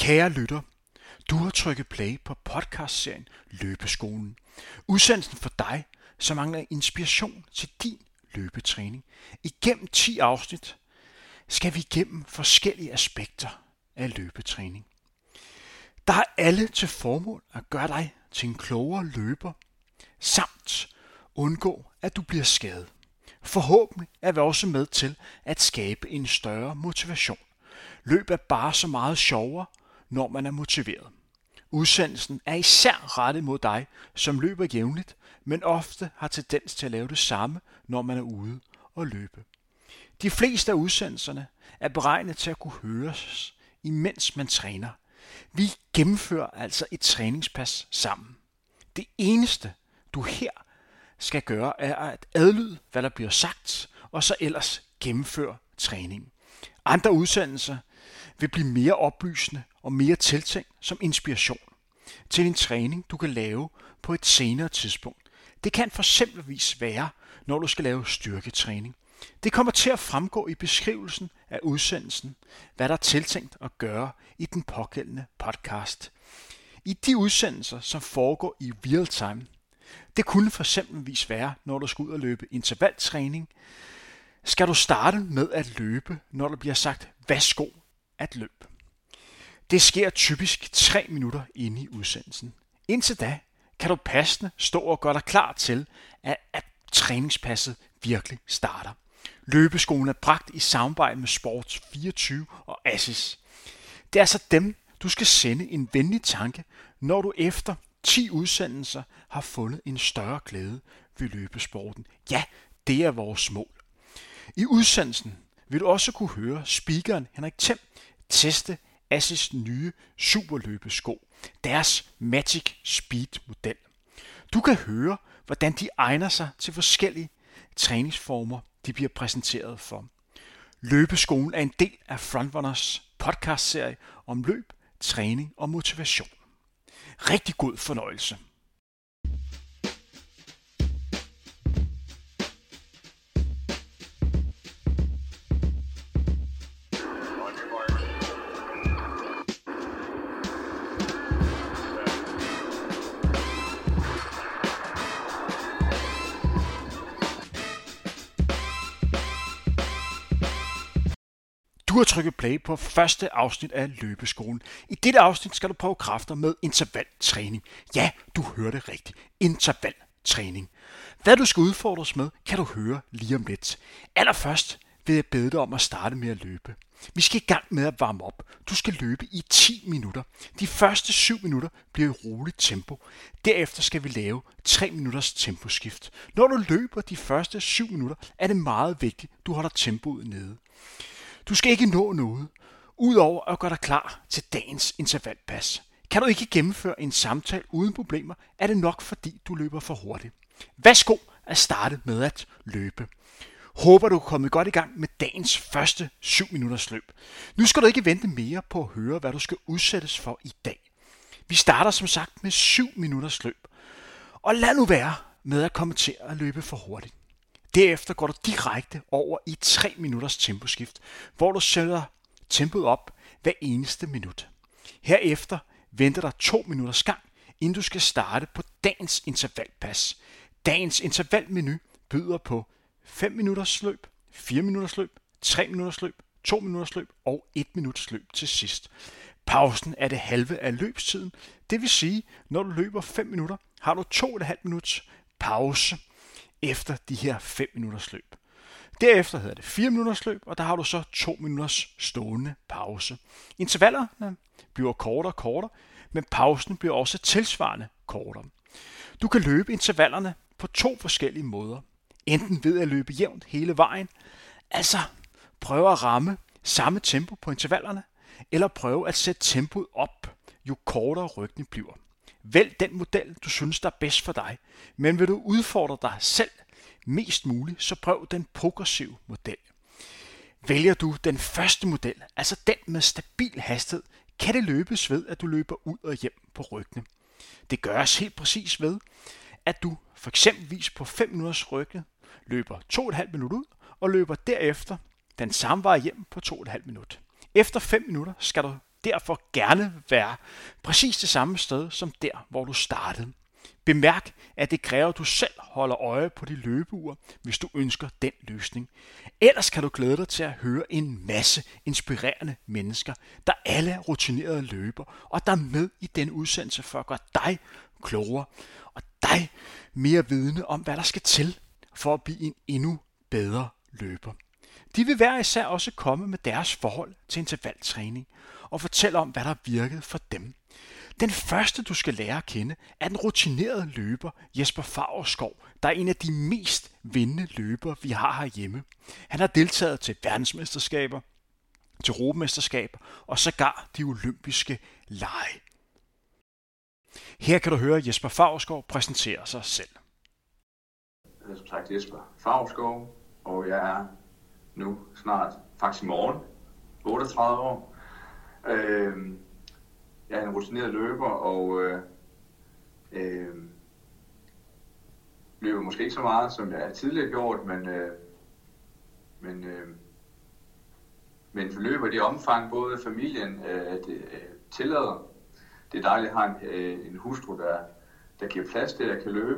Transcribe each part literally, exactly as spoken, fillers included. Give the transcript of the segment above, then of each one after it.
Kære lytter, du har trykket play på podcastserien Løbeskolen. Udsendelsen for dig, som mangler inspiration til din løbetræning. Igennem ti afsnit skal vi igennem forskellige aspekter af løbetræning. Der er alle til formål at gøre dig til en klogere løber, samt undgå, at du bliver skadet. Forhåbentlig er vi også med til at skabe en større motivation. Løb er bare så meget sjovere, når man er motiveret. Udsendelsen er især rettet mod dig, som løber jævnligt, men ofte har tendens til at lave det samme, når man er ude og løbe. De fleste af udsendelserne er beregnet til at kunne høres, imens man træner. Vi gennemfører altså et træningspas sammen. Det eneste, du her skal gøre, er at adlyde, hvad der bliver sagt, og så ellers gennemføre træningen. Andre udsendelser vil blive mere oplysende og mere tiltænkt som inspiration til en træning, du kan lave på et senere tidspunkt. Det kan for eksempelvis være, når du skal lave styrketræning. Det kommer til at fremgå i beskrivelsen af udsendelsen, hvad der er tiltænkt at gøre i den pågældende podcast. I de udsendelser, som foregår i real time, det kunne for eksempelvis være, når du skal ud og løbe intervaltræning, skal du starte med at løbe, når der bliver sagt, værsgo at løbe. Det sker typisk tre minutter inde i udsendelsen. Indtil da kan du passende stå og gøre dig klar til, at, at træningspasset virkelig starter. Løbeskolen er bragt i samarbejde med Sport fireogtyve og Asis. Det er altså dem, du skal sende en venlig tanke, når du efter ti udsendelser har fundet en større glæde ved løbesporten. Ja, det er vores mål. I udsendelsen vil du også kunne høre speakeren Henrik Thiem teste Asis nye superløbesko, deres Magic Speed model. Du kan høre, hvordan de egner sig til forskellige træningsformer, de bliver præsenteret for. Løbeskolen er en del af Frontrunners podcastserie om løb, træning og motivation. Rigtig god fornøjelse. Du har trykket play på første afsnit af Løbeskolen. I dette afsnit skal du prøve kræfter med intervaltræning. Ja, du hørte rigtigt. Intervaltræning. Hvad du skal udfordres med, kan du høre lige om lidt. Allerførst vil jeg bede dig om at starte med at løbe. Vi skal i gang med at varme op. Du skal løbe i ti minutter. De første syv minutter bliver i roligt tempo. Derefter skal vi lave tre minutters temposkift. Når du løber de første syv minutter, er det meget vigtigt, at du holder tempoet nede. Du skal ikke nå noget, udover at gøre dig klar til dagens intervalpas. Kan du ikke gennemføre en samtale uden problemer, er det nok fordi du løber for hurtigt. Værsgo at starte med at løbe. Håber du er kommet godt i gang med dagens første syv minutters løb. Nu skal du ikke vente mere på at høre, hvad du skal udsættes for i dag. Vi starter som sagt med syv minutters løb. Og lad nu være med at komme til at løbe for hurtigt. Derefter går du direkte over i tre minutters temposkift, hvor du sætter tempoet op hver eneste minut. Herefter venter der to minutters gang, inden du skal starte på dagens intervalpas. Dagens intervalmenu byder på fem minutters løb, fire minutters løb, tre minutters løb, to minutters løb og et minutters løb til sidst. Pausen er det halve af løbstiden, det vil sige, når du løber fem minutter, har du to komma fem minutters pause efter de her fem minutters løb. Derefter hedder det fire minutters løb, og der har du så to minutters stående pause. Intervallerne bliver kortere og kortere, men pausen bliver også tilsvarende kortere. Du kan løbe intervallerne på to forskellige måder. Enten ved at løbe jævnt hele vejen, altså prøve at ramme samme tempo på intervallerne, eller prøve at sætte tempoet op, jo kortere ryggen bliver. Vælg den model, du synes, der er bedst for dig, men vil du udfordre dig selv mest muligt, så prøv den progressive model. Vælger du den første model, altså den med stabil hastighed, kan det løbes ved, at du løber ud og hjem på ryggene. Det gøres helt præcis ved, at du for eksempelvis på fem minutters rygge løber to komma fem minutter ud og løber derefter den samme vej hjem på to komma fem minutter. Efter fem minutter skal du derfor gerne være præcis det samme sted som der, hvor du startede. Bemærk, at det kræver, at du selv holder øje på de løbeure, hvis du ønsker den løsning. Ellers kan du glæde dig til at høre en masse inspirerende mennesker, der alle er rutinerede løbere, og der er med i den udsendelse for at gøre dig klogere og dig mere vidende om, hvad der skal til for at blive en endnu bedre løber. De vil hver især også komme med deres forhold til intervaltræning og fortælle om, hvad der virkede for dem. Den første, du skal lære at kende, er den rutinerede løber Jesper Faurskov, der er en af de mest vindende løbere, vi har herhjemme. Han har deltaget til verdensmesterskaber, til europamesterskaber og sågar de olympiske lege. Her kan du høre Jesper Faurskov præsentere sig selv. Jeg hedder som sagt Jesper Faurskov, og jeg er nu snart, faktisk i morgen, otteogtredive år. Øh, Jeg er en rutineret løber, og øh, øh, løber måske ikke så meget, som jeg tidligere gjort, men, øh, men, øh, men løber i det omfang, både familien øh, det, øh, tillader. Det er dejligt at have en, øh, en hustru, der, der giver plads til, at jeg kan løbe.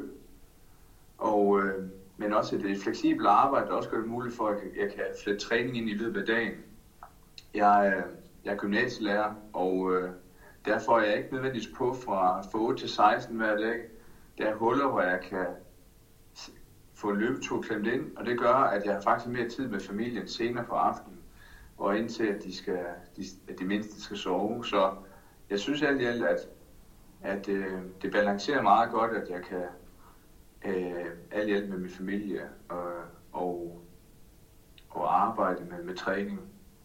Og, øh, men også et fleksibelt arbejde, der også gør det muligt for, at jeg, jeg kan flette træning ind i løbet af dagen. Jeg, øh, jeg er gymnasielærer, og øh, derfor er jeg ikke nødvendigvis på fra otte til seksten hver dag. Der er huller, hvor jeg kan få en løbetur klemt ind, og det gør, at jeg har faktisk mere tid med familien senere på aftenen, og indtil at de, skal, de, at de mindste skal sove. Så jeg synes alt i alt, at, at øh, det balancerer meget godt, at jeg kan øh, alt i alt med min familie og, og, og arbejde med, med træning.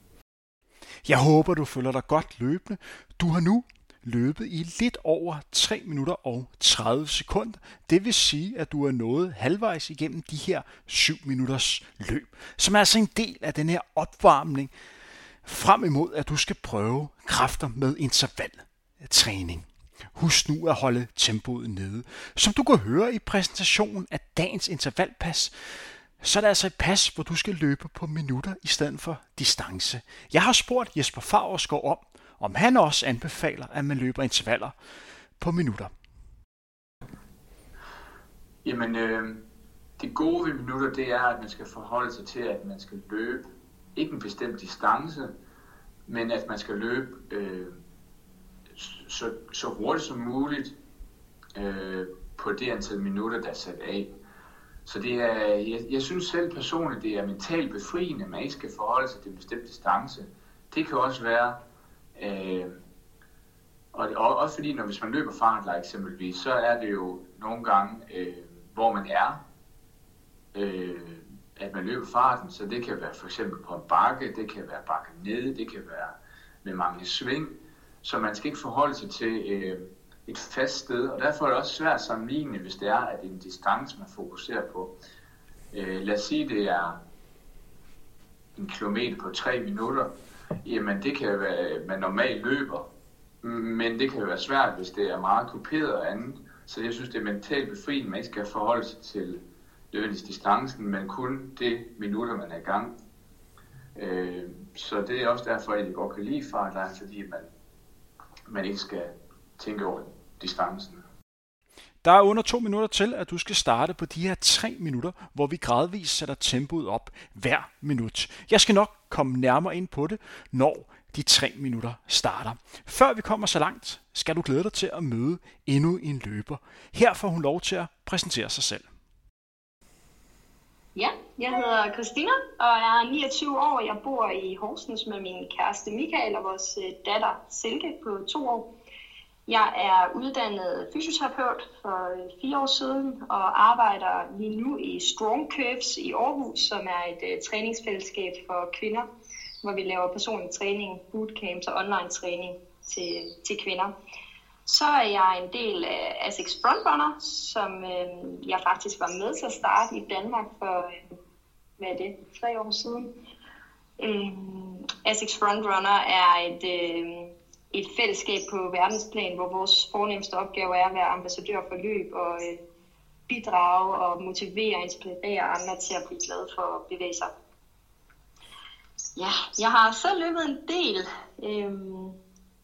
Jeg håber, du føler dig godt løbende. Du har nu løbet i lidt over tre minutter og tredive sekunder. Det vil sige, at du er nået halvvejs igennem de her syv minutters løb, som er altså en del af den her opvarmning frem imod, at du skal prøve kræfter med intervaltræning. Husk nu at holde tempoet nede. Som du kan høre i præsentationen af dagens intervalpas, så er det altså et pas, hvor du skal løbe på minutter i stedet for distance. Jeg har spurgt Jesper Faurskov om, om han også anbefaler, at man løber intervaller på minutter. Jamen, øh, det gode ved minutter, det er, at man skal forholde sig til, at man skal løbe ikke en bestemt distance, men at man skal løbe øh, så, så hurtigt som muligt øh, på det antal minutter, der er sat af. Så det er, jeg, jeg synes selv personligt, det er mentalt befriende, at man ikke skal forholde sig til en bestemt distance. Det kan også være, øh, og, og også fordi, når hvis man løber fartlej eksempelvis, så er det jo nogle gange, øh, hvor man er, øh, at man løber farten. Så det kan være for eksempel på en bakke, det kan være bakke nede, det kan være med mange sving. Så man skal ikke forholde sig til øh, et fast sted, og derfor er det også svært at sammenligne, hvis det er, at det er en distance, man fokuserer på. Øh, lad os sige, det er en kilometer på tre minutter. Jamen, det kan være, at man normalt løber, men det kan jo være svært, hvis det er meget kuperet og andet. Så jeg synes, det er mentalt befriende, man ikke skal forholde sig til løbens distancen, men kun det minutter, man er i gang. Øh, så det er også derfor, at jeg godt kan lide fartlejren, fordi man, man ikke skal tænke over distancen. Der er under to minutter til, at du skal starte på de her tre minutter, hvor vi gradvist sætter tempoet op hver minut. Jeg skal nok komme nærmere ind på det, når de tre minutter starter. Før vi kommer så langt, skal du glæde dig til at møde endnu en løber. Her får hun lov til at præsentere sig selv. Ja, jeg hedder Christina, og jeg er niogtyve år. Jeg bor i Horsens med min kæreste Michael og vores datter Silke på to år. Jeg er uddannet fysioterapeut for fire år siden og arbejder lige nu i Strong Curves i Aarhus, som er et uh, træningsfællesskab for kvinder, hvor vi laver personlig træning, bootcamps og online træning til, til kvinder. Så er jeg en del af ASICS Frontrunner, som øh, jeg faktisk var med til at starte i Danmark for øh, hvad er det, tre år siden. Øh, ASICS Frontrunner er et, øh, et fællesskab på verdensplan, hvor vores fornemmeste opgave er at være ambassadør for løb og øh, bidrage og motivere og inspirere andre til at blive glade for at bevæge sig. Ja, jeg har selv løbet en del. Øh,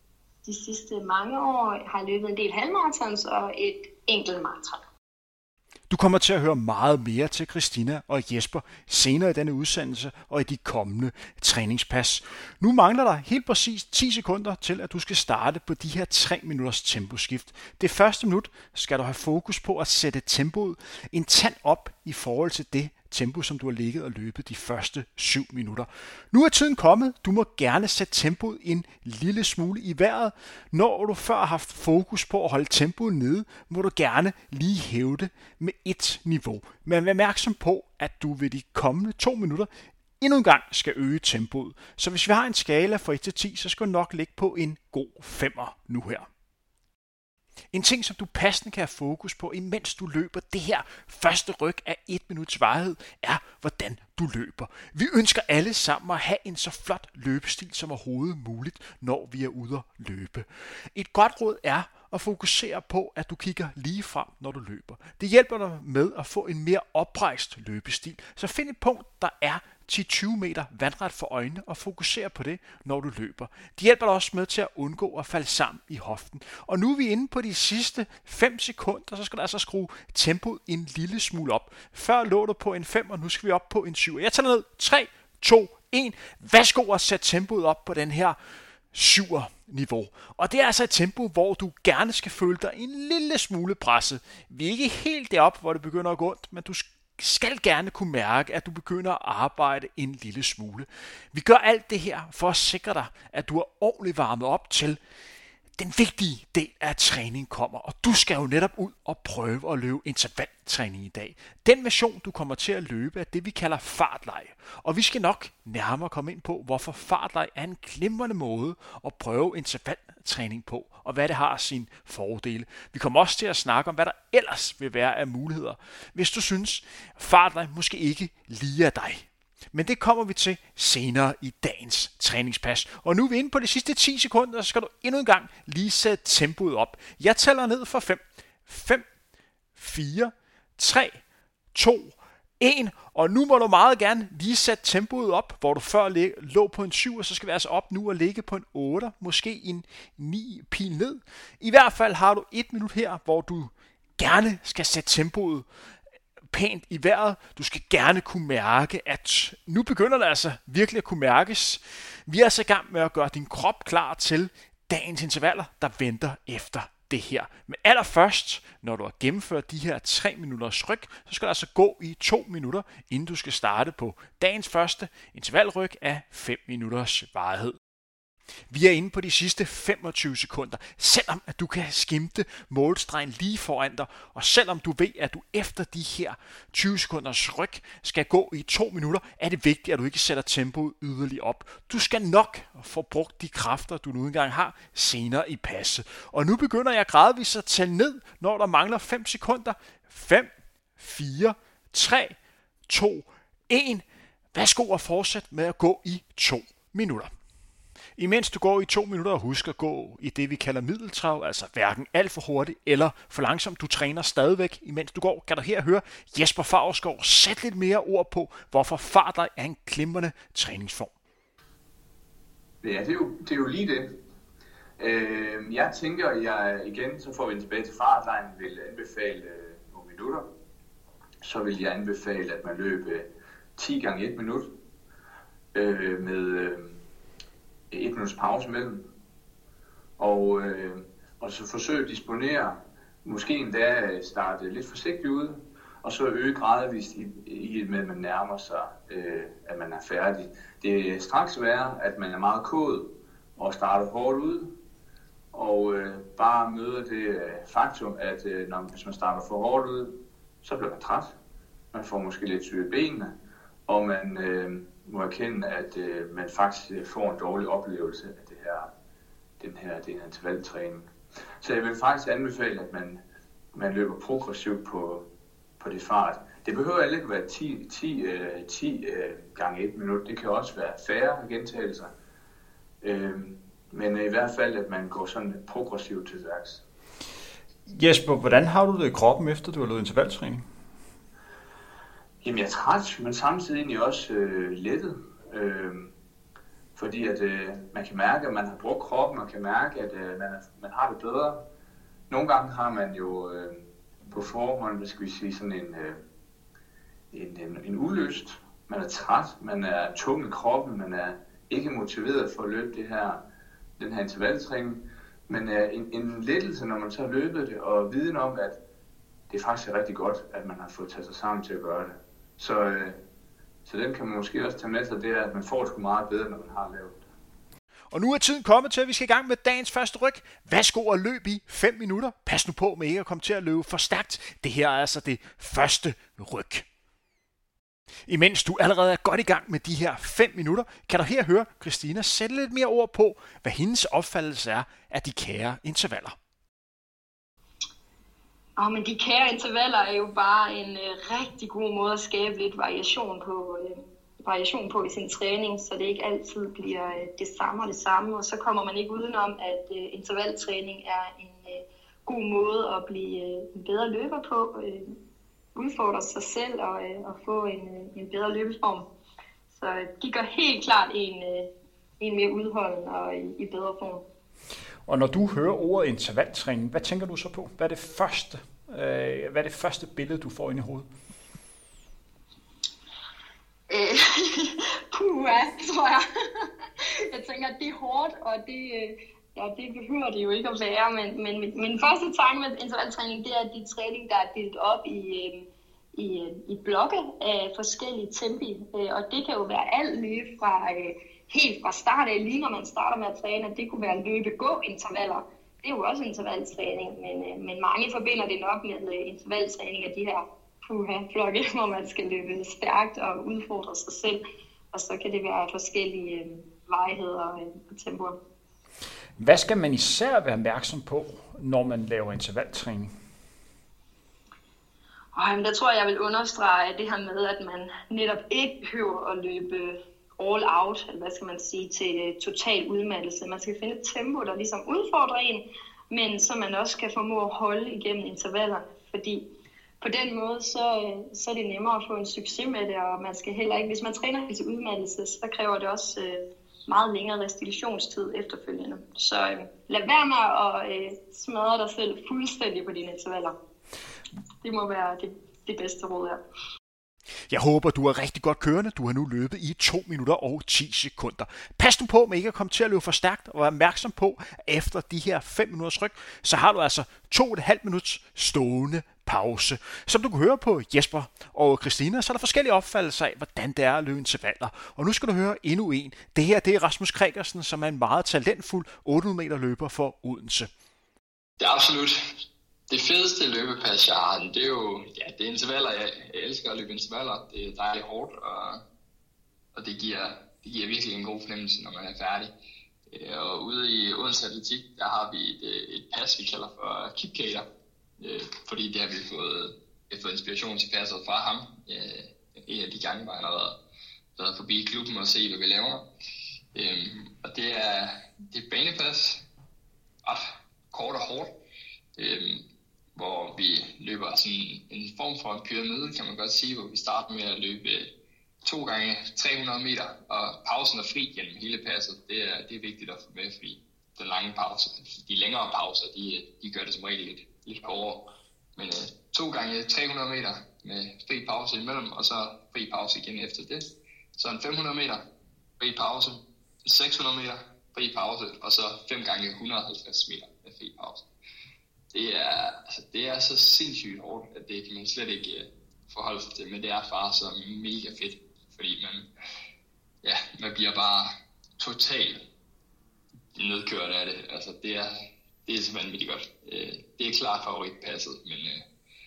de sidste mange år har jeg løbet en del halvmarathons og et enkelt maraton. Du kommer til at høre meget mere til Christina og Jesper senere i denne udsendelse og i de kommende træningspas. Nu mangler der helt præcis ti sekunder til, at du skal starte på de her tre minutters temposkift. Det første minut skal du have fokus på at sætte tempoet en tand op i forhold til det tempo, som du har ligget og løbet de første syv minutter. Nu er tiden kommet. Du må gerne sætte tempoet en lille smule i vejret. Når du før har haft fokus på at holde tempoet nede, må du gerne lige hæve det med et niveau. Men vær opmærksom på, at du ved de kommende to minutter endnu en gang skal øge tempoet. Så hvis vi har en skala fra et til ti, så skal du nok ligge på en god femmer nu her. En ting, som du passende kan have fokus på, imens du løber det her første ryg af et minuts varighed, er, hvordan du løber. Vi ønsker alle sammen at have en så flot løbestil som overhovedet muligt, når vi er ude at løbe. Et godt råd er at fokusere på, at du kigger lige frem, når du løber. Det hjælper dig med at få en mere oprejst løbestil. Så find et punkt, der er ti til tyve meter vandret for øjnene og fokuser på det, når du løber. Det hjælper dig også med til at undgå at falde sammen i hoften. Og nu er vi inde på de sidste fem sekunder, så skal du altså skrue tempoet en lille smule op. Før lå du på en fem, og nu skal vi op på en syv. Jeg tager ned. tre, to, et. Værsgo at sætte tempoet op på den her syver niveau. Og det er altså et tempo, hvor du gerne skal føle dig en lille smule presset. Vi er ikke helt deroppe, hvor det begynder at gå ondt, men du skal gerne kunne mærke, at du begynder at arbejde en lille smule. Vi gør alt det her for at sikre dig, at du er ordentligt varmet op til den vigtige del af træningen kommer. Og du skal jo netop ud og prøve at løbe intervaltræning i dag. Den version, du kommer til at løbe, er det, vi kalder fartleje. Og vi skal nok nærmere komme ind på, hvorfor fartleje er en glimrende måde at prøve intervaltræning på, og hvad det har sine fordele. Vi kommer også til at snakke om, hvad der ellers vil være af muligheder, hvis du synes, fartleje måske ikke lige er dig. Men det kommer vi til senere i dagens træningspas. Og nu er vi inde på de sidste ti sekunder, så skal du endnu en gang lige sætte tempoet op. Jeg tæller ned for fem. fem, fire, tre, to, et. Og nu må du meget gerne lige sætte tempoet op, hvor du før lå på en syv, og så skal vi altså op nu og ligge på en otte, måske en ni pil ned. I hvert fald har du et minut her, hvor du gerne skal sætte tempoet pænt i vejret. Du skal gerne kunne mærke, at nu begynder det altså virkelig at kunne mærkes. Vi er altså i gang med at gøre din krop klar til dagens intervaller, der venter efter det her. Men allerførst, når du har gennemført de her tre minutters ryg, så skal du altså gå i to minutter, inden du skal starte på dagens første intervalryg af fem minutters varighed. Vi er inde på de sidste femogtyve sekunder, selvom at du kan skimte målstregen lige foran dig, og selvom du ved, at du efter de her tyve sekunders ryg skal gå i to minutter, er det vigtigt, at du ikke sætter tempoet yderligere op. Du skal nok få brugt de kræfter, du nu engang har, senere i passet. Og nu begynder jeg gradvist at tælle ned, når der mangler fem sekunder. fem, fire, tre, to, et. Værsgo at fortsætte med at gå i to minutter. Imens du går i to minutter, husk at gå i det, vi kalder middeltrav, altså hverken alt for hurtigt eller for langsomt. Du træner stadigvæk, imens du går. Kan du her høre Jesper Favrskov sætte lidt mere ord på, hvorfor fartleje er en glimrende træningsform? Ja, det er jo, det er jo lige det. Øh, jeg tænker, jeg igen, så får vi tilbage til fartlejen, vil anbefale øh, nogle minutter. Så vil jeg anbefale, at man løber ti gange et minut øh, med øh, et minuts pause mellem. Og, øh, og så forsøge at disponere, måske endda starte lidt forsigtigt ud, og så øge gradvist i, i med, at man nærmer sig, øh, at man er færdig. Det er straks værre, at man er meget kåd og starter hårdt ud, og øh, bare møder det øh, faktum, at øh, når, hvis man starter for hårdt ud, så bliver man træt. Man får måske lidt syge i benene, og man øh, må erkende, at øh, man faktisk får en dårlig oplevelse af det her, den her, den her intervaltræning. Så jeg vil faktisk anbefale, at man, man løber progressivt på, på det fart. Det behøver ikke at være ti, ti, ti gange et minut. Det kan også være færre gentagelser. Øh, men i hvert fald, at man går sådan progressivt til værks. Jesper, hvordan har du det i kroppen, efter du har lavet intervaltræning? Jamen, jeg er træt, men samtidig egentlig også øh, lettet. Øh, fordi at øh, man kan mærke, at man har brugt kroppen, man kan mærke, at øh, man, man har det bedre. Nogle gange har man jo øh, på forhånd, hvad skal vi sige, sådan en, øh, en, en, en ulyst. Man er træt, man er tung i kroppen, man er ikke motiveret for at løbe det her, den her intervaltræning. Men øh, en, en lettelse, når man så har løbet det, og viden om, at det faktisk er rigtig godt, at man har fået taget sig sammen til at gøre det. Så, øh, så den kan man måske også tage med sig, det er, at man får det sgu meget bedre, når man har lavet det. Og nu er tiden kommet til, at vi skal i gang med dagens første ryg. Værsgo at løbe i fem minutter. Pas nu på med ikke at komme til at løbe for stærkt. Det her er altså det første ryg. Imens du allerede er godt i gang med de her fem minutter, kan du her høre Christina sætte lidt mere ord på, hvad hendes opfattelse er af de kære intervaller. Oh, men de kære intervaller er jo bare en øh, rigtig god måde at skabe lidt variation på, øh, variation på i sin træning, så det ikke altid bliver øh, det samme og det samme. Og så kommer man ikke udenom, at øh, intervaltræning er en øh, god måde at blive øh, en bedre løber på, øh, udfordre sig selv og, øh, og få en, øh, en bedre løbeform. Så øh, de gør helt klart en, øh, en mere udholdende og i, i bedre form. Og når du hører ordet intervaltræning, hvad tænker du så på? Hvad er det første, øh, hvad er det første billede, du får ind i hovedet? Øh, Puha, tror jeg. Jeg tænker, at det er hårdt, og det, ja, det behøver det jo ikke at være. Men, men min første tanke med intervaltræning, det er, at det er træning, der er delt op i, i, i blokke af forskellige tempi. Og det kan jo være alt løb fra helt fra start af, lige når man starter med at træne. Det kunne være løbe-gå-intervaller. Det er jo også intervaltræning, men, men mange forbinder det nok med intervaltræning af de her puha-flokke, hvor man skal løbe stærkt og udfordre sig selv. Og så kan det være forskellige øh, varigheder og øh, tempoer. Hvad skal man især være opmærksom på, når man laver intervaltræning? Og, der tror jeg, jeg vil understrege det her med, at man netop ikke behøver at løbe all out, eller hvad skal man sige, til total udmattelse. Man skal finde et tempo, der ligesom udfordrer en, men så man også kan formå at holde igennem intervallerne, fordi på den måde, så, så er det nemmere at få en succes med det, og man skal heller ikke, hvis man træner til udmattelse, så kræver det også øh, meget længere restitutionstid efterfølgende. Så øh, lad være med at øh, smadre dig selv fuldstændig på dine intervaller. Det må være det, det bedste råd her. Jeg håber, du er rigtig godt kørende. Du har nu løbet i to minutter og ti sekunder. Pas nu på med ikke at komme til at løbe for stærkt, og vær opmærksom på, at efter de her fem minutters ryg, så har du altså to og et halvt minuts stående pause. Som du kan høre på Jesper og Christina, så er der forskellige opfattelser af, hvordan det er at løbe intervaller. Og nu skal du høre endnu en. Det her, det er Rasmus Gregersen, som er en meget talentfuld otte hundrede meter løber for Odense. Det er absolut det fedeste løbepas, jeg har. Det er jo ja, det er intervaller. Jeg, jeg elsker at løbe intervaller. Det er dejligt hårdt, og, og det, giver, det giver virkelig en god fornemmelse, når man er færdig. Og ude i Odense Atletik, der har vi et, et pas, vi kalder for Kipkater. Fordi det har vi fået, fået inspiration til passet fra ham. En af de gange, hvor han har været, været forbi klubben og se, hvad vi laver. Og det er, det er banepas. Ah, kort og hårdt. Hvor vi løber sådan en form for en pyramide, kan man godt sige, hvor vi starter med at løbe to gange tre hundrede meter, og pausen er fri gennem hele passet. Det er, det er vigtigt at få med, fordi den lange pause, de længere pauser, de, de gør det som regel lidt, lidt hårdere. Men uh, to gange tre hundrede meter med fri pause imellem, og så fri pause igen efter det. Så en fem hundrede meter, fri pause, en seks hundrede meter, fri pause, og så fem gange et hundrede og halvtreds meter med fri pause. Det er, altså, det er så sindssygt hårdt, at det kan man slet ikke uh, forholde sig til, men det er bare så mega fedt, fordi man, ja, man bliver bare totalt nedkørt af det. Altså, det er, det er så vanvittigt godt. Uh, det er klart favoritpasset, men, uh,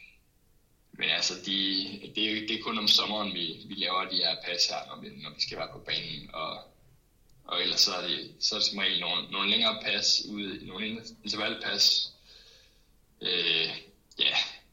men altså, de, det, er jo, det er kun om sommeren, vi, vi laver de her pas her, når vi, når vi skal være på banen, og, og ellers så er det, så er det som regel nogle, nogle længere pas ude, nogle intervallpas. Øh, ja,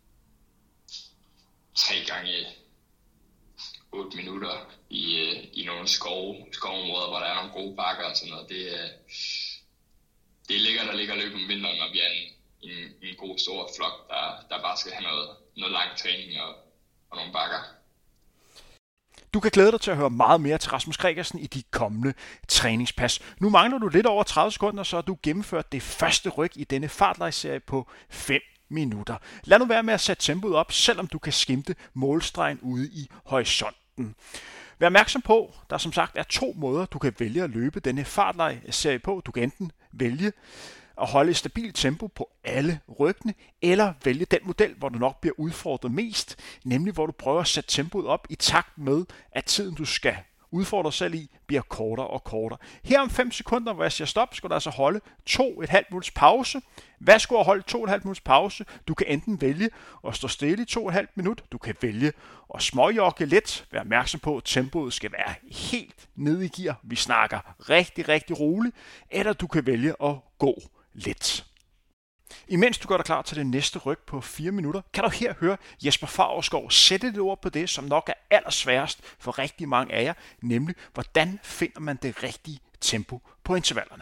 tre gange otte minutter i, i nogle skov, skovområder, hvor der er nogle gode bakker og sådan noget. Det, det er lækkert at ligge og løbe om vinteren, når vi er en, en, en god stor flok, der, der bare skal have noget, noget lang træning og, og nogle bakker. Du kan glæde dig til at høre meget mere til Rasmus Gregersen i de kommende træningspas. Nu mangler du lidt over tredive sekunder, så har du gennemført det første ryg i denne fartlejserie på fem minutter. Lad nu være med at sætte tempoet op, selvom du kan skimte målstregen ude i horisonten. Vær opmærksom på, at der som sagt er to måder, du kan vælge at løbe denne fartlejserie på. Du kan enten vælge at holde et stabilt tempo på alle ryggene, eller vælge den model, hvor du nok bliver udfordret mest, nemlig hvor du prøver at sætte tempoet op i takt med, at tiden du skal udfordre dig selv i, bliver kortere og kortere. Her om fem sekunder, hvor jeg siger stop, skal du altså holde to komma fem minutters pause. Værsgo at holde to komma fem minutters pause. Du kan enten vælge at stå stille i to komma fem minut, du kan vælge at småjogge lidt. Vær opmærksom på, at tempoet skal være helt nede i gear. Vi snakker rigtig, rigtig roligt. Eller du kan vælge at gå lidt. Imens du gør dig klar til det næste ryg på fire minutter, kan du her høre Jesper Favrskov sætte et ord på det, som nok er allersværest for rigtig mange af jer, nemlig hvordan finder man det rigtige tempo på intervallerne.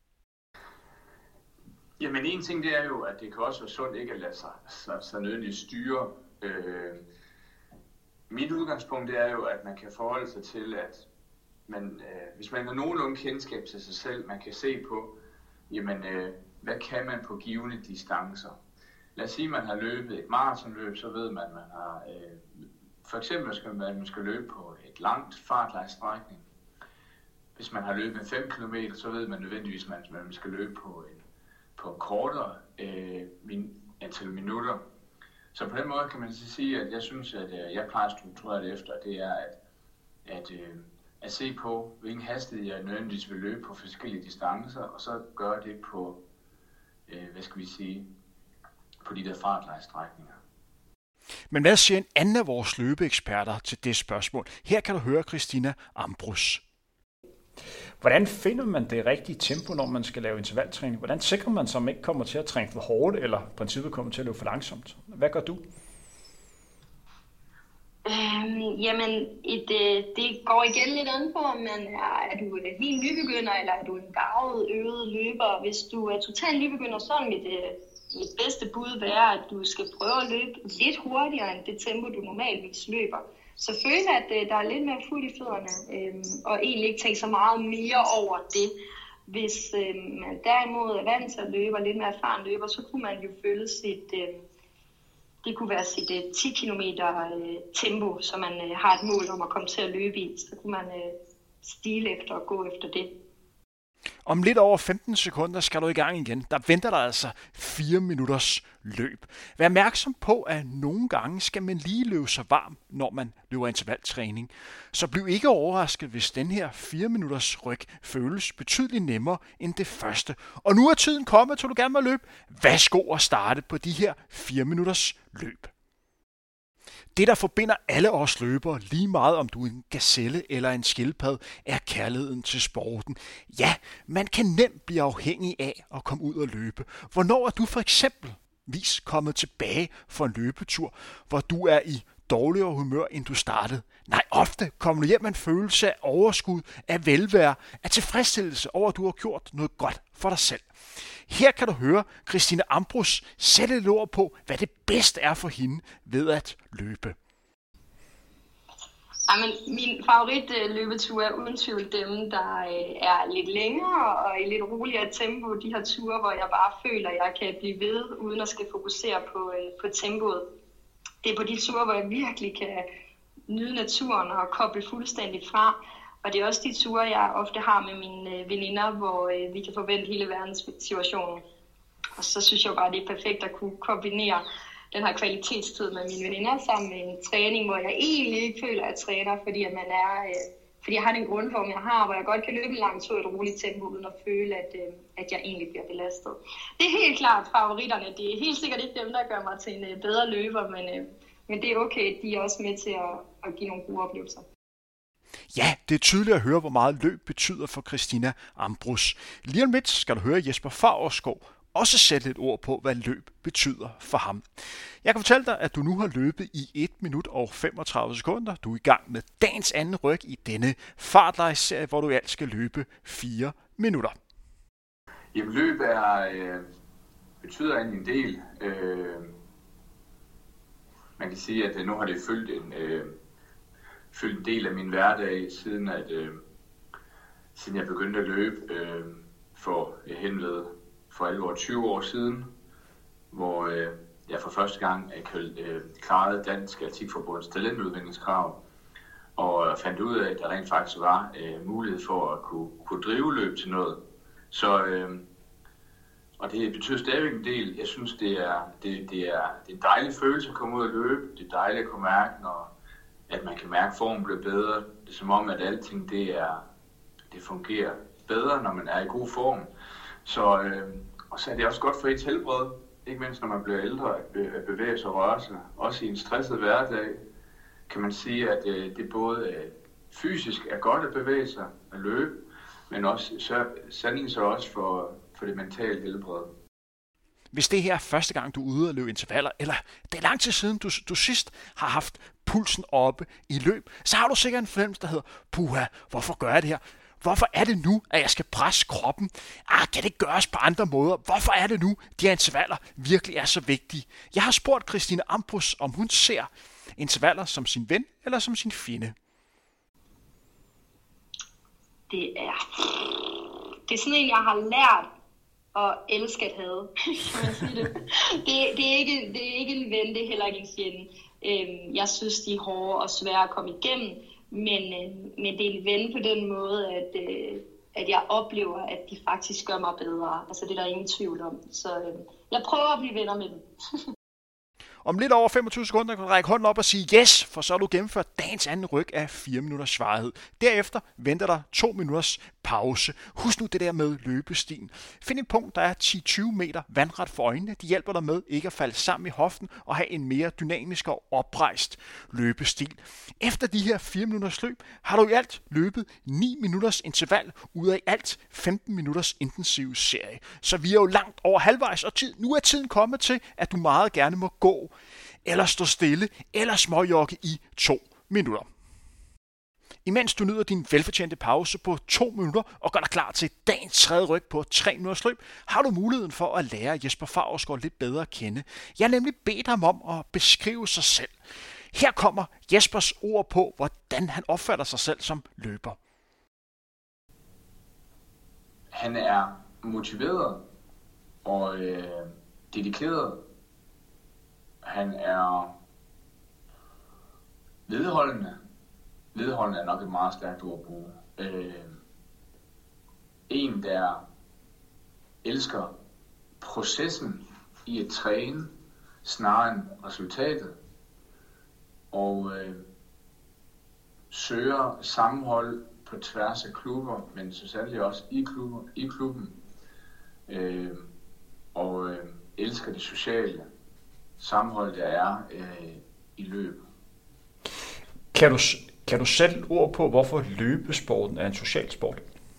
Jamen en ting det er jo, at det kan også være sundt ikke at lade sig så, så nødvendigt styre. Øh, mit udgangspunkt det er jo, at man kan forholde sig til, at man, øh, hvis man har nogenlunde kendskab til sig selv, man kan se på, jamen, øh, hvad kan man på givende distancer? Lad os sige, at man har løbet et maratonløb, så ved man, at man har, øh, for eksempel skal man, man skal løbe på et langt fartlejstrækning. Hvis man har løbet fem kilometer, så ved man nødvendigvis, at man skal løbe på en, på en kortere øh, min, antal minutter. Så på den måde kan man så sige, at jeg synes, at øh, jeg plejer at strukturere det efter, det er, at, at øh, at se på, hvilken hastighed jeg nødvendigvis vil løbe på forskellige distancer, og så gøre det på, øh, hvad skal vi sige, på de der fartlejstrækninger. Men hvad siger en anden af vores løbeeksperter til det spørgsmål? Her kan du høre Christina Ambrus. Hvordan finder man det rigtige tempo, når man skal lave intervaltræning? Hvordan sikrer man sig, at man ikke kommer til at træne for hårdt, eller i princippet kommer til at løbe for langsomt? Hvad gør du? Øhm, jamen, et, øh, det går igen lidt an på, om man er, er du øh, lige en nybegynder, eller er du en garvet, øvet løber. Hvis du er total nybegynder, så er mit, øh, mit bedste bud være, at du skal prøve at løbe lidt hurtigere end det tempo, du normalvis løber. Så føle, at øh, der er lidt mere fuld i fødderne, øh, og egentlig ikke tænke så meget mere over det. Hvis øh, man derimod er vant til at løbe, og lidt mere erfaren løber, så kunne man jo føle sit... Øh, Det kunne være sit uh, ti kilometer uh, tempo, så man uh, har et mål om at komme til at løbe i. Så kunne man uh, stile efter og gå efter det. Om lidt over femten sekunder skal du i gang igen. Der venter der altså fire minutters løb. Vær opmærksom på, at nogle gange skal man lige løbe sig varm, når man løber intervaltræning. Så bliv ikke overrasket, hvis den her fire minutters ryg føles betydeligt nemmere end det første. Og nu er tiden kommet, så du gerne må løbe. Værsgo at starte på de her fire minutters løb. Det, der forbinder alle os løbere, lige meget om du er en gazelle eller en skildpadde, er kærligheden til sporten. Ja, man kan nemt blive afhængig af at komme ud og løbe. Hvornår er du for eksempelvis kommet tilbage fra en løbetur, hvor du er i dårligere humør, end du startede? Nej, ofte kommer du hjem med en følelse af overskud, af velvære, af tilfredsstillelse over, at du har gjort noget godt for dig selv. Her kan du høre Christina Ambrus sætte et ord på, hvad det bedste er for hende ved at løbe. Jamen, min favorit løbetur er uden tvivl dem, der er lidt længere og i lidt roligere tempo. De her ture, hvor jeg bare føler, at jeg kan blive ved, uden at skal fokusere på, på tempoet. Det er på de ture, hvor jeg virkelig kan nyde naturen og koble fuldstændig fra. Og det er også de ture, jeg ofte har med mine veninder, hvor vi kan forvente hele verdens situationen. Og så synes jeg bare, det er perfekt at kunne kombinere den her kvalitetstid med mine veninder sammen med en træning, hvor jeg egentlig ikke føler, at jeg træner, fordi, at man er, øh, fordi jeg har den grundform, jeg har, hvor jeg godt kan løbe en lang tur i et roligt tempo, uden at føle, at, øh, at jeg egentlig bliver belastet. Det er helt klart favoritterne. Det er helt sikkert ikke dem, der gør mig til en øh, bedre løber, men, øh, men det er okay. De er også med til at, at give nogle gode oplevelser. Ja, det er tydeligt at høre, hvor meget løb betyder for Christina Ambrus. Lige om lidt skal du høre Jesper Favrskov også sætte et ord på, hvad løb betyder for ham. Jeg kan fortælle dig, at du nu har løbet i et minut og femogtredive sekunder. Du er i gang med dagens anden ryg i denne fartlejseserie, hvor du i alt skal løbe fire minutter. Jamen løb er, øh, betyder en del. Øh, man kan sige, at nu har det følt en, øh, fyldt en del af min hverdag, siden, at, øh, siden jeg begyndte at løbe øh, for henved for alvor tyve år siden, hvor øh, jeg for første gang øh, klarede Dansk Atletikforbunds talentudviklingskrav, og fandt ud af, at der rent faktisk var øh, mulighed for at kunne, kunne drive løb til noget. Så, øh, og det betyder stadigvæk en del. Jeg synes, det er, det, det, er, det er en dejlig følelse at komme ud og løbe. Det er dejligt at kunne mærke, når, at man kan mærke, at formen bliver bedre. Det er som om, at alting det er, det fungerer bedre, når man er i god form. Så, øh, og så er det også godt for ens helbred, ikke mindst når man bliver ældre, at bevæge sig og røre sig. Også i en stresset hverdag kan man sige, at øh, det både øh, fysisk er godt at bevæge sig, at løbe, men også så, sandelig så også for, for det mentale helbred. Hvis det her er første gang, du er ude og løbe intervaller, eller det er lang tid siden, du, du sidst har haft pulsen oppe i løb, så har du sikkert en fornemmelse, der hedder, puha, hvorfor gør jeg det her? Hvorfor er det nu, at jeg skal presse kroppen? Ah, kan det ikke gøres på andre måder? Hvorfor er det nu, de her intervaller virkelig er så vigtige? Jeg har spurgt Christine Ambrus, om hun ser intervaller som sin ven eller som sin fjende. Det er, det er sådan en, jeg har lært at elske at have. Kan man sige det? Det, det, er ikke, det er ikke en ven, det er heller ikke en fjende. Jeg synes, de er hårde og svære at komme igennem. Men, men det er en ven på den måde, at, at jeg oplever, at de faktisk gør mig bedre. Altså det er der ingen tvivl om. Så jeg prøver at blive venner med dem. Om lidt over femogtyve sekunder kan du række hånden op og sige yes, for så har du gennemført dagens anden ryg af fire minutters varighed. Derefter venter der to minutters pause. Husk nu det der med løbestien. Find et punkt, der er ti til tyve meter vandret for øjnene. De hjælper dig med ikke at falde sammen i hoften og have en mere dynamisk og oprejst løbestil. Efter de her fire minutters løb har du i alt løbet ni minutters interval ud af i alt femten minutters intensiv serie. Så vi er jo langt over halvvejs, og tid. Nu er tiden kommet til, at du meget gerne må gå eller stå stille, eller småjogge i to minutter. Imens du nyder din velfortjente pause på to minutter og gør dig klar til dagens tredje ryg på tre minutters løb, har du muligheden for at lære Jesper Faurschou lidt bedre at kende. Jeg har nemlig bedt ham om at beskrive sig selv. Her kommer Jespers ord på, hvordan han opfatter sig selv som løber. Han er motiveret og øh, dedikeret. Han er vedholdende. Vedholdende er nok et meget stærkt ord at bruge. Øh, en, der elsker processen i at træne, snarere end resultatet. Og øh, søger sammenhold på tværs af klubber, men så sandelig også i, klubber, i klubben. Øh, og øh, elsker det sociale sammenhold, der er øh, i løb. Kan du, kan du sætte et ord på, hvorfor løbesporten er en social sport?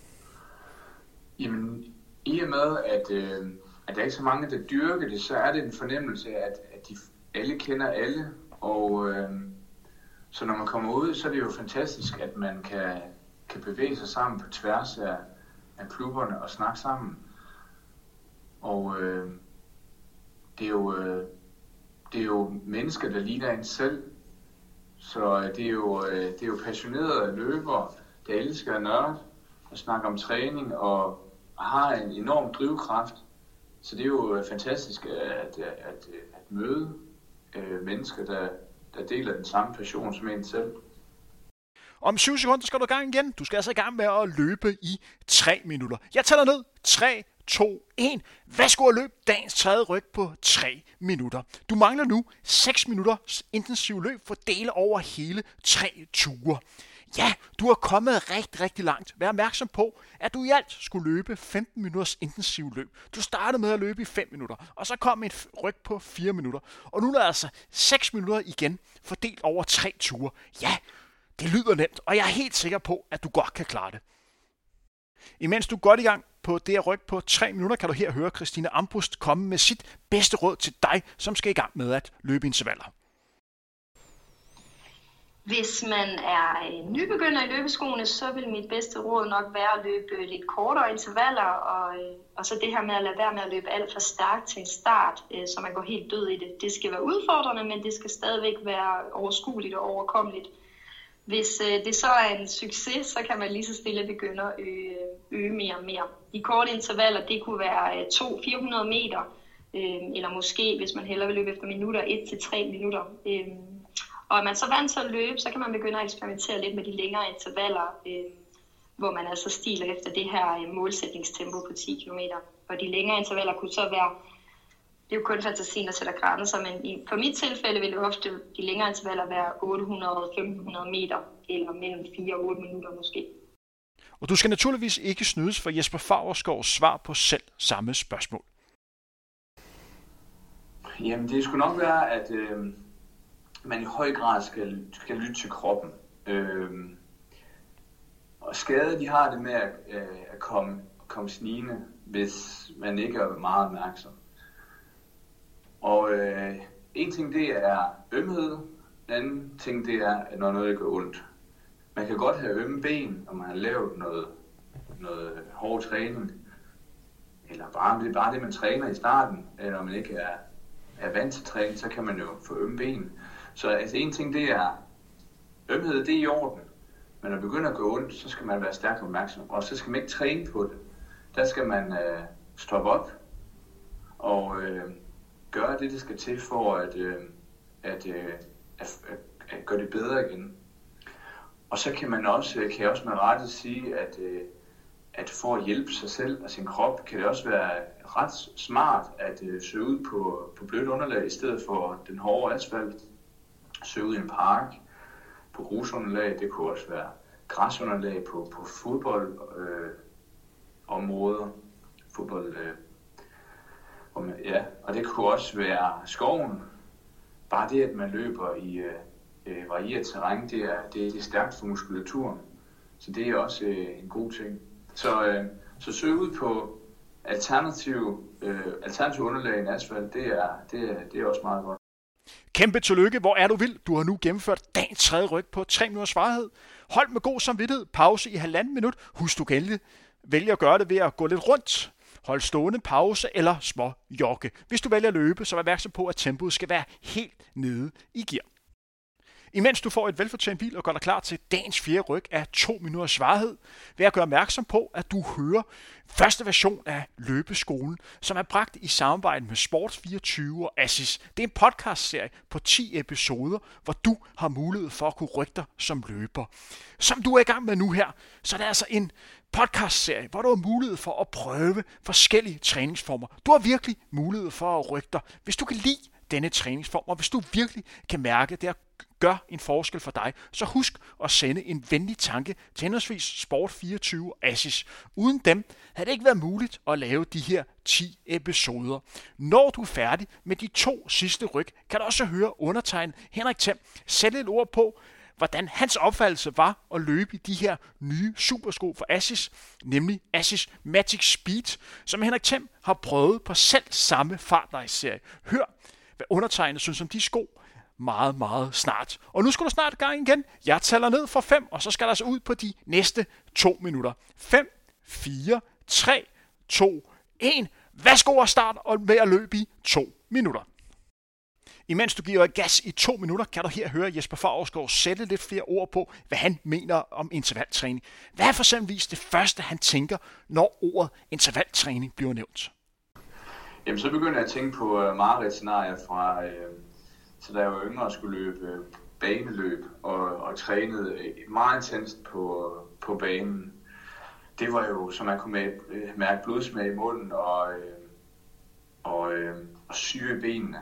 Jamen, i og med, at, øh, at der ikke er så mange, der dyrker det, så er det en fornemmelse af, at, at de alle kender alle. Og øh, så når man kommer ud, så er det jo fantastisk, at man kan, kan bevæge sig sammen på tværs af, af klubberne og snakke sammen. Og øh, det er jo... Øh, Det er jo mennesker, der ligner en selv, så det er jo, det er jo passionerede løbere, der elsker at nørde og snakke om træning og har en enorm drivkraft. Så det er jo fantastisk at, at, at møde mennesker, der, der deler den samme passion som en selv. Om syv sekunder skal du i gang igen. Du skal altså i gang med at løbe i tre minutter. Jeg tæller ned. tre, to, et. Værsgo at løbe dagens tredje ryg på tre minutter. Du mangler nu seks minutters intensiv løb fordelt over hele tre ture. Ja, du er kommet rigtig, rigtig langt. Vær opmærksom på, at du i alt skulle løbe femten minutters intensiv løb. Du startede med at løbe i fem minutter, og så kom et ryg på fire minutter. Og nu er der altså seks minutter igen fordelt over tre ture. Ja, det lyder nemt, og jeg er helt sikker på, at du godt kan klare det. Imens du er godt i gang på det her ryg på tre minutter, kan du her høre Christine Ambrus komme med sit bedste råd til dig, som skal i gang med at løbe intervaller. Hvis man er nybegynder i løbeskoene, så vil mit bedste råd nok være at løbe lidt kortere intervaller, og, og så det her med at lade være med at løbe alt for stærkt til en start, så man går helt død i det. Det skal være udfordrende, men det skal stadigvæk være overskueligt og overkommeligt. Hvis øh, det så er en succes, så kan man lige så stille begynde at øge, øge mere og mere. De korte intervaller, det kunne være øh, to fire hundrede meter, øh, eller måske, hvis man hellere vil løbe efter minutter, et til tre minutter. Øh, og er man så vant til at løbe, så kan man begynde at eksperimentere lidt med de længere intervaller, øh, hvor man altså stiler efter det her øh, målsætningstempo på ti kilometer. Og de længere intervaller kunne så være, det er jo kun fantasien, der sætter grænser, men i, for mit tilfælde vil det ofte de længere intervaller være otte hundrede til femten hundrede meter, eller mellem fire og otte minutter måske. Og du skal naturligvis ikke snydes for Jesper Faurschouws svar på selv samme spørgsmål. Jamen det skulle nok være, at øh, man i høj grad skal, skal lytte til kroppen. Øh, og skade, de har det med at, øh, at komme, komme snigende, hvis man ikke er meget opmærksom. Og øh, en ting det er ømhed, en anden ting det er, når noget gør ondt. Man kan godt have ømme ben, og man har lavet noget, noget hård træning, eller bare det er bare det, man træner i starten, eller når man ikke er, er vant til træning, så kan man jo få ømme ben. Så altså en ting det er, ømhed det er i orden, men når det begynder at gå ondt, så skal man være stærkt opmærksom, og så skal man ikke træne på det. Der skal man øh, stoppe op, og øh, gøre det, det skal til for at, øh, at, øh, at, at, at gøre det bedre igen. Og så kan man også, kan jeg også med rette sige, at, øh, at for at hjælpe sig selv og sin krop, kan det også være ret smart at øh, søge ud på, på blødt underlag, i stedet for den hårde asfalt. Søge ud i en park, på grusunderlag, det kunne også være græsunderlag på, på fodboldområder. Øh, fodbold, øh, og, ja, og det kunne også være skoven. Bare det, at man løber i øh, øh, varieret terræn, det er, det, det er stærkt for muskulaturen. Så det er også øh, en god ting. Så, øh, så søg ud på alternativ, øh, alternativ underlag i asfalt, det er, det, er, det er også meget godt. Kæmpe tillykke, hvor er du vild. Du har nu gennemført dagens tredje ryg på tre minutters varighed. Hold med god samvittighed, pause i halvanden minut. Husk, du kan vælge at gøre det ved at gå lidt rundt. Hold stående, pause eller små jogge. Hvis du vælger at løbe, så vær opmærksom på, at tempoet skal være helt nede i gear. Imens du får et velfortjent bil og gør dig klar til dagens fjerde ryg af to minutters varighed, vil jeg gøre opmærksom på, at du hører første version af Løbeskolen, som er bragt i samarbejde med Sport fireogtyve og Assis. Det er en podcastserie på ti episoder, hvor du har mulighed for at kunne rykke dig som løber. Som du er i gang med nu her, så er det altså en podcastserie, hvor du har mulighed for at prøve forskellige træningsformer. Du har virkelig mulighed for at rykke dig, hvis du kan lide denne træningsform, og hvis du virkelig kan mærke, at det gør en forskel for dig, så husk at sende en venlig tanke til henholdsvis Sport fireogtyve og Assis. Uden dem havde det ikke været muligt at lave de her ti episoder. Når du er færdig med de to sidste ryg, kan du også høre undertegnet Henrik Them sætte et ord på, hvordan hans opfattelse var at løbe i de her nye supersko for Assis, nemlig Assis Magic Speed, som Henrik Them har prøvet på selv samme fartlejseserie. Hør, hvad undertegnet synes om de sko meget, meget snart. Og nu skal du snart i gang igen. Jeg tæller ned fra fem, og så skal der altså ud på de næste to minutter. fem, fire, tre, to, et. Værsgo at starte og med at løbe i to minutter. Imens du giver gas i to minutter, kan du her høre Jesper Faurschou sætte lidt flere ord på, hvad han mener om intervaltræning. Hvad er for eksempel det første, han tænker, når ordet intervaltræning bliver nævnt? Jamen, så begynder jeg at tænke på uh, mareridtscenarier fra, øh, så da jeg var yngre og skulle løbe øh, baneløb og, og trænede meget intenst på, på banen. Det var jo, som man kunne med, øh, mærke blodsmag i munden og, øh, og, øh, og syge i benene.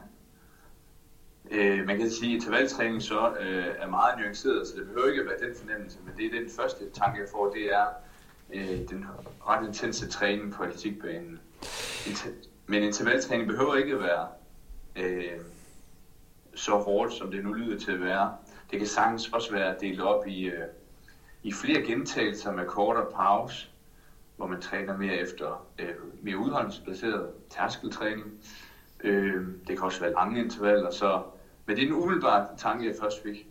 Øh, man kan sige, at intervaltræning så øh, er meget nuanceret, så det behøver ikke at være den fornemmelse, men det er den første tanke, jeg får, det er øh, den ret intense træning på atletikbanen. Men intervaltræning behøver ikke at være øh, så hårdt, som det nu lyder til at være. Det kan sagtens også være delt op i, øh, i flere gentagelser med kortere pause, hvor man træner mere efter øh, mere udholdelsesbaseret tærskeltræning. Øh, det kan også være lange intervaller, så men det er en umiddelbar tanke, jeg først fik.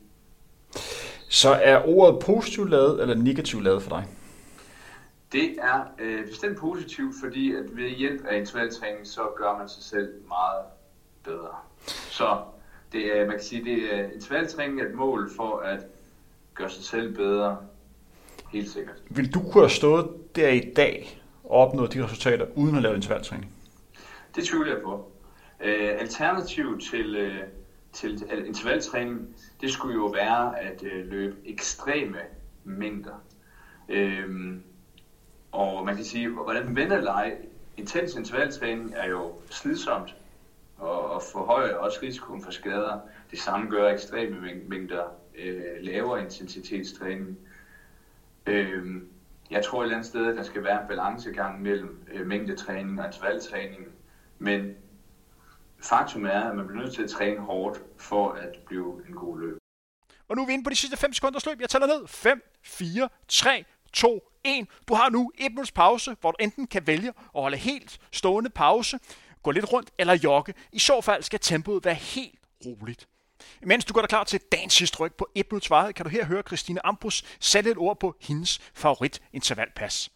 Så er ordet positivt ladet eller negativt ladet for dig? Det er øh, bestemt positivt, fordi at ved hjælp af intervaltræning, så gør man sig selv meget bedre. Så det er, man kan sige, det er intervaltræning er et mål for at gøre sig selv bedre. Helt sikkert. Vil du kunne have stået der i dag og opnået de resultater uden at lave intervaltræning? Det tvivler jeg på. Øh, alternativ til, øh, til intervaltræning, det skulle jo være at øh, løbe ekstreme mængder. Øh, og man kan sige, hvordan man vender eller ej, intens intervaltræning er jo slidsomt og, og forhøjer også risikoen for skader. Det samme gør ekstreme mængder øh, lavere intensitetstræning. Øh, jeg tror et eller andet sted, at der skal være en balancegang mellem øh, mængdetræning og intervaltræning. Men faktum er, at man bliver nødt til at træne hårdt for at blive en god løb. Og nu er vi inde på de sidste fem sekunders løb. Jeg tæller ned. fem, fire, tre, to, et. Du har nu et minuts pause, hvor du enten kan vælge at holde helt stående pause, gå lidt rundt eller jogge. I så fald skal tempoet være helt roligt. Imens du går dig klar til dagens sidste ryg på et minuts varighed, kan du her høre Christine Ambrus sætte et ord på hendes favorit intervalpas.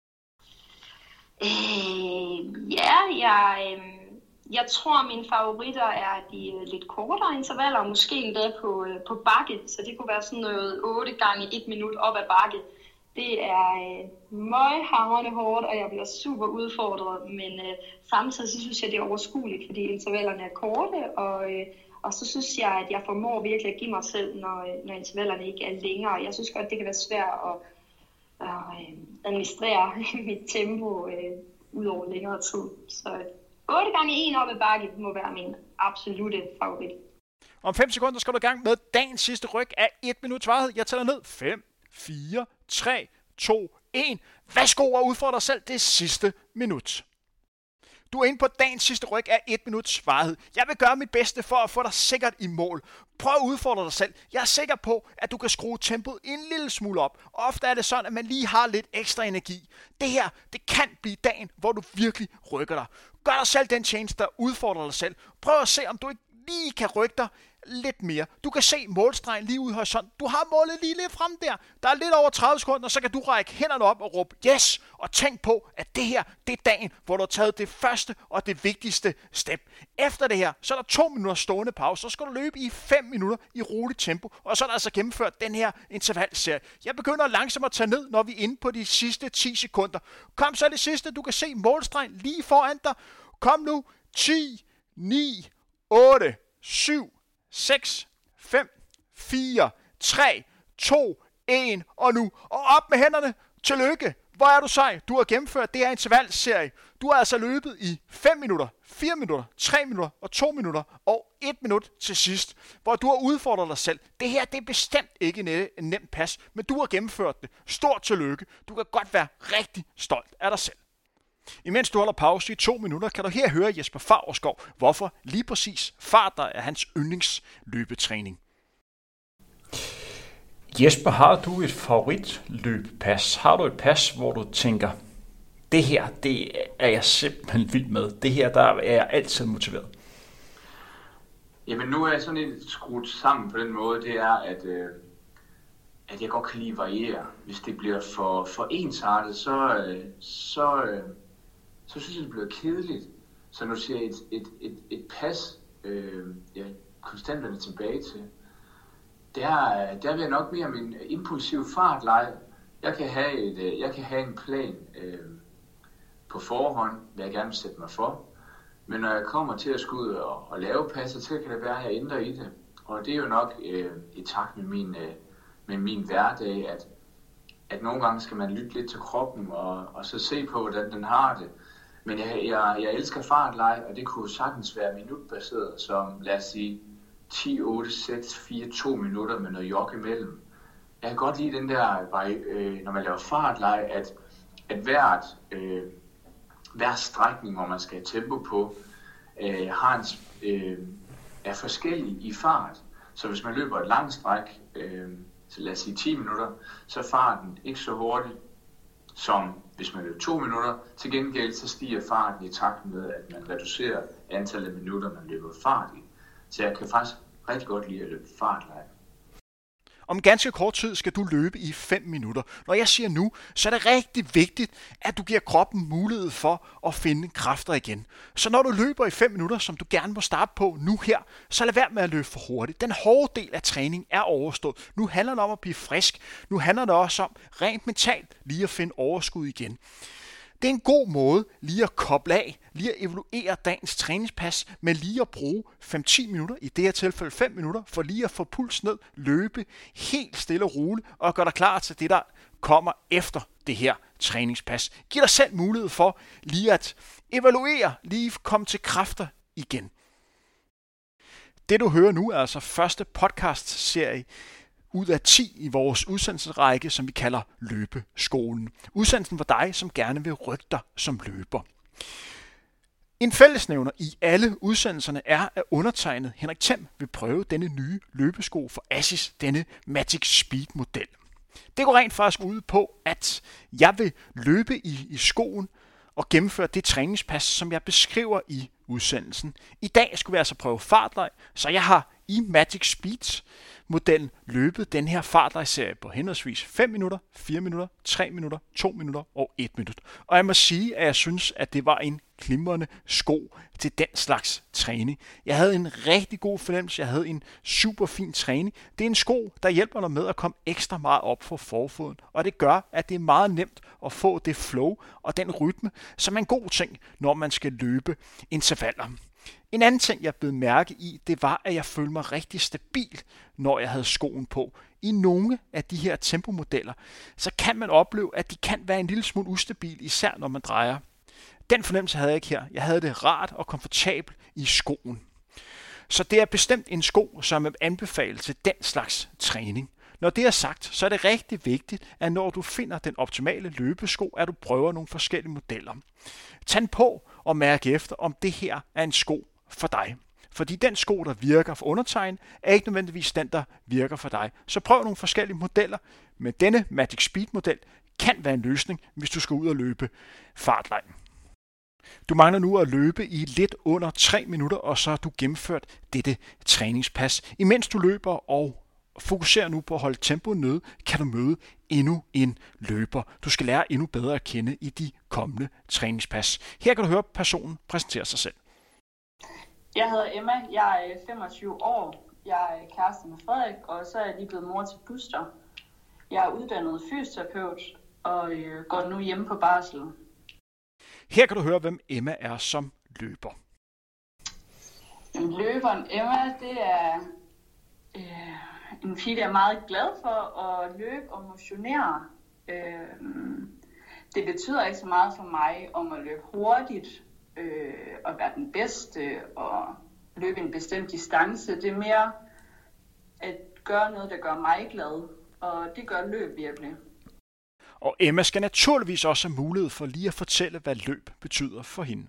Øh, ja, jeg, øh, jeg tror, mine favoritter er de øh, lidt kortere intervaller, og måske endda på, øh, på bakke. Så det kunne være sådan noget otte gange et minut op ad bakke. Det er øh, møghamrende hårdt, og jeg bliver super udfordret. Men øh, samtidig så synes jeg, det er overskueligt, fordi intervallerne er korte, og, øh, og så synes jeg, at jeg formår virkelig at give mig selv, når, når intervallerne ikke er længere. Jeg synes godt, det kan være svært at og øh, administrere mit tempo øh, ud over længere tid. Så otte gange en op ad bakke må være min absolute favorit. Om fem sekunder skal du i gang med dagens sidste ryg af et minuts varighed. Jeg tæller ned. fem, fire, tre, to, et. Værsgo og udfordre dig selv det sidste minut. Du er inde på dagens sidste ryg af et minuts varighed. Jeg vil gøre mit bedste for at få dig sikkert i mål. Prøv at udfordre dig selv. Jeg er sikker på, at du kan skrue tempoet en lille smule op. Ofte er det sådan, at man lige har lidt ekstra energi. Det her, det kan blive dagen, hvor du virkelig rykker dig. Gør dig selv den tjeneste, der udfordrer dig selv. Prøv at se, om du ikke lige kan rykke dig lidt mere. Du kan se målstregen lige ude i horisonten. Du har målet lige lidt frem der. Der er lidt over tredive sekunder, så kan du række hænderne op og råbe yes, og tænk på, at det her, det er dagen, hvor du har taget det første og det vigtigste step. Efter det her, så er der to minutter stående pause, så skal du løbe i fem minutter i roligt tempo, og så er der altså gennemført den her intervalserie. Jeg begynder langsomt at tage ned, når vi er inde på de sidste ti sekunder. Kom så det sidste, du kan se målstregen lige foran dig. Kom nu, ti, ni, otte, syv, seks, fem, fire, tre, to, et, og nu. Og op med hænderne. Tillykke. Hvor er du sej. Du har gennemført det her intervalserie. Du har altså løbet i fem minutter, fire minutter, tre minutter og to minutter og et minut til sidst, hvor du har udfordret dig selv. Det her, det er bestemt ikke en nem pas, men du har gennemført det. Stort tillykke. Du kan godt være rigtig stolt af dig selv. Imens du holder pause i to minutter, kan du her høre Jesper Favrskov, hvorfor lige præcis farter er hans yndlingsløbetræning. Jesper, har du et favoritløbpas? Har du et pas, hvor du tænker, det her, det er jeg simpelthen vild med. Det her, der er jeg altid motiveret. Jamen nu er jeg sådan lidt skruet sammen på den måde, det er, at, øh, at jeg godt kan lide variere. Hvis det bliver for, for ensartet, så, øh, så, øh, så synes jeg, det bliver kedeligt. Så nu siger jeg et, et, et, et pas, øh, jeg konstant vender tilbage til. Der, der vil jeg nok mere min impulsiv fartleje. Jeg kan have, et, jeg kan have en plan øh, på forhånd, hvad jeg gerne vil sætte mig for. Men når jeg kommer til at skulle ud og, og lave passet, så kan det være, at jeg ændrer i det. Og det er jo nok øh, i takt med min, øh, med min hverdag, at, at nogle gange skal man lytte lidt til kroppen og, og så se på, hvordan den har det. Men jeg, jeg, jeg elsker fartleje, og det kunne sagtens være minutbaseret, som lad os sige ti, otte, seks, fire, to minutter med noget jog imellem. Jeg kan godt lide den der, øh, når man laver fartleje, at, at hvert, øh, hver strækning, hvor man skal have tempo på, øh, har en, øh, er forskellig i fart. Så hvis man løber et langt stræk, øh, så lad os sige ti minutter, så er farten ikke så hurtig, som hvis man løber to minutter. Til gengæld så stiger farten i takt med, at man reducerer antallet af minutter, man løber fart i. Så jeg kan faktisk rigtig godt lide at løbe fartleje. Om ganske kort tid skal du løbe i fem minutter. Når jeg siger nu, så er det rigtig vigtigt, at du giver kroppen mulighed for at finde kræfter igen. Så når du løber i fem minutter, som du gerne må starte på nu her, så lad være med at løbe for hurtigt. Den hårde del af træning er overstået. Nu handler det om at blive frisk. Nu handler det også om rent mentalt lige at finde overskud igen. Det er en god måde lige at koble af, lige at evaluere dagens træningspas, men lige at bruge fem til ti minutter, i det her tilfælde fem minutter, for lige at få puls ned, løbe helt stille og roligt og gøre dig klar til det, der kommer efter det her træningspas. Giv dig selv mulighed for lige at evaluere, lige komme til kræfter igen. Det du hører nu er altså første podcast-serie ud af ti i vores udsendelsesrække, som vi kalder Løbeskolen. Udsendelsen for dig, som gerne vil rykke dig som løber. En fællesnævner i alle udsendelserne er, at undertegnet Henrik Them vil prøve denne nye løbesko for Asics, denne Magic Speed-model. Det går rent faktisk ud på, at jeg vil løbe i, i skoen og gennemføre det træningspas, som jeg beskriver i udsendelsen. I dag skulle vi altså prøve fartleg, så jeg har i Magic Speed modellen løbet den her fartlejserie på henholdsvis fem minutter, fire minutter, tre minutter, to minutter og et minut. Og jeg må sige, at jeg synes, at det var en glimrende sko til den slags træning. Jeg havde en rigtig god fornemmelse, jeg havde en super fin træning. Det er en sko, der hjælper dig med at komme ekstra meget op for forfoden, og det gør, at det er meget nemt at få det flow og den rytme, som er en god ting, når man skal løbe intervaller. En anden ting, jeg blev mærke i, det var, at jeg følte mig rigtig stabil, når jeg havde skoen på. I nogle af de her tempomodeller, så kan man opleve, at de kan være en lille smule ustabil, især når man drejer. Den fornemmelse havde jeg ikke her. Jeg havde det rart og komfortabelt i skoen. Så det er bestemt en sko, som jeg anbefaler til den slags træning. Når det er sagt, så er det rigtig vigtigt, at når du finder den optimale løbesko, at du prøver nogle forskellige modeller. Tag den på og mærk efter, om det her er en sko for dig. Fordi den sko, der virker for undertegn, er ikke nødvendigvis den, der virker for dig. Så prøv nogle forskellige modeller, men denne Magic Speed-model kan være en løsning, hvis du skal ud og løbe fartlej. Du mangler nu at løbe i lidt under tre minutter, og så har du gennemført dette træningspas. Imens du løber og fokuserer nu på at holde tempoet nede, kan du møde endnu en løber. Du skal lære endnu bedre at kende i de kommende træningspas. Her kan du høre personen præsentere sig selv. Jeg hedder Emma, jeg er femogtyve år, jeg er kæreste med Frederik, og så er jeg lige blevet mor til Buster. Jeg er uddannet fysioterapeut og går nu hjemme på barsel. Her kan du høre, hvem Emma er som løber. Jamen, løberen Emma, det er øh, en pige, jeg er meget glad for at løbe og motionere. Øh, det betyder ikke så meget for mig om at løbe hurtigt øh, og være den bedste og løbe en bestemt distance. Det er mere at gøre noget, der gør mig glad, og det gør løb virkelig. Og Emma skal naturligvis også have mulighed for lige at fortælle, hvad løb betyder for hende.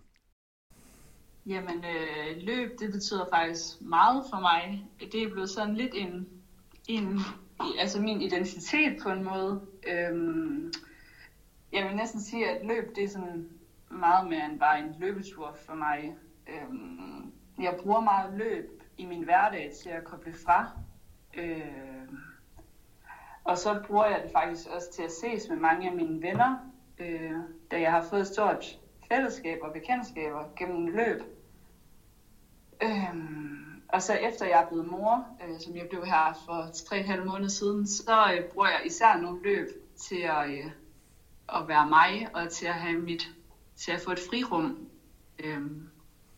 Jamen, øh, løb, det betyder faktisk meget for mig. Det er blevet sådan lidt en, en altså min identitet på en måde. Øhm, jeg vil næsten sige, at løb, det er sådan meget mere end bare en løbetur for mig. Øhm, jeg bruger meget løb i min hverdag til at koble fra. Øh, Og så bruger jeg det faktisk også til at ses med mange af mine venner, øh, da jeg har fået et stort fællesskab og bekendtskaber gennem løb. Øhm, og så efter jeg er blevet mor, øh, som jeg blev her for tre og en halv måned siden, så øh, bruger jeg især nogle løb til at, øh, at være mig og til at have mit, til at få et frirum. Øhm,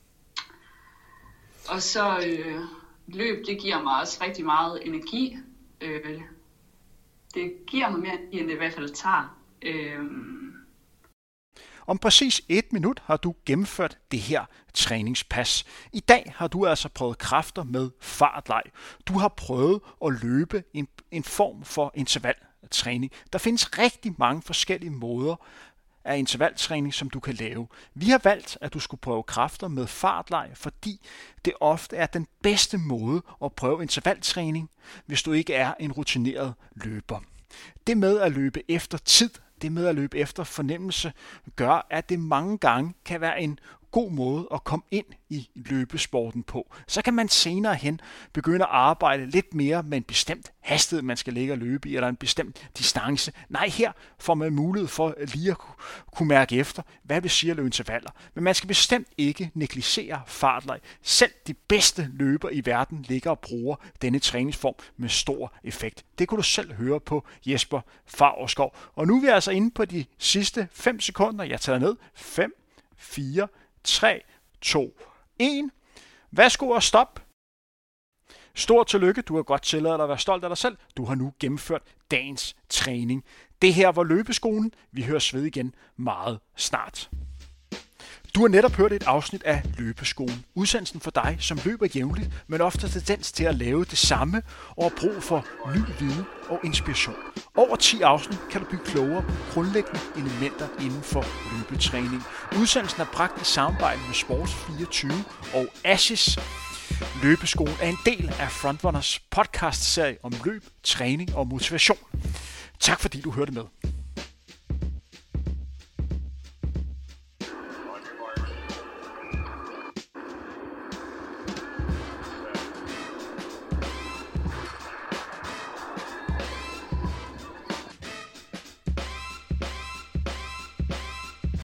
og så øh, løb, det giver mig også rigtig meget energi. Øh, Det giver mig mere, end det i hvert fald tager. Øhm. Om præcis et minut har du gennemført det her træningspas. I dag har du altså prøvet kræfter med fartleg. Du har prøvet at løbe en, en form for intervaltræning. Der findes rigtig mange forskellige måder af intervaltræning, som du kan lave. Vi har valgt, at du skulle prøve kræfter med fartleg, fordi det ofte er den bedste måde at prøve intervaltræning, hvis du ikke er en rutineret løber. Det med at løbe efter tid, det med at løbe efter fornemmelse, gør, at det mange gange kan være en god måde at komme ind i løbesporten på. Så kan man senere hen begynde at arbejde lidt mere med en bestemt hastighed, man skal ligge og løbe i, eller en bestemt distance. Nej, her får man mulighed for lige at kunne mærke efter, hvad det siger at løbe intervaller. Men man skal bestemt ikke negligere fartleg. Selv de bedste løber i verden ligger og bruger denne træningsform med stor effekt. Det kunne du selv høre på Jesper Favrskov. Og nu er vi altså inde på de sidste fem sekunder. Jeg tager ned. fem, fire, tre, to, et. Værsgo og stop. Stort tillykke. Du har godt tilladet dig at være stolt af dig selv. Du har nu gennemført dagens træning. Det her var Løbeskolen. Vi høres ved igen meget snart. Du har netop hørt et afsnit af Løbeskolen. Udsendelsen for dig, som løber jævnligt, men ofte har tendens til at lave det samme og har brug for ny viden og inspiration. Over ti afsnit kan du blive klogere på grundlæggende elementer inden for løbetræning. Udsendelsen er bragt i samarbejde med Sports fireogtyve og Ashes. Løbeskolen er en del af Frontrunners podcast-serie om løb, træning og motivation. Tak fordi du hørte med.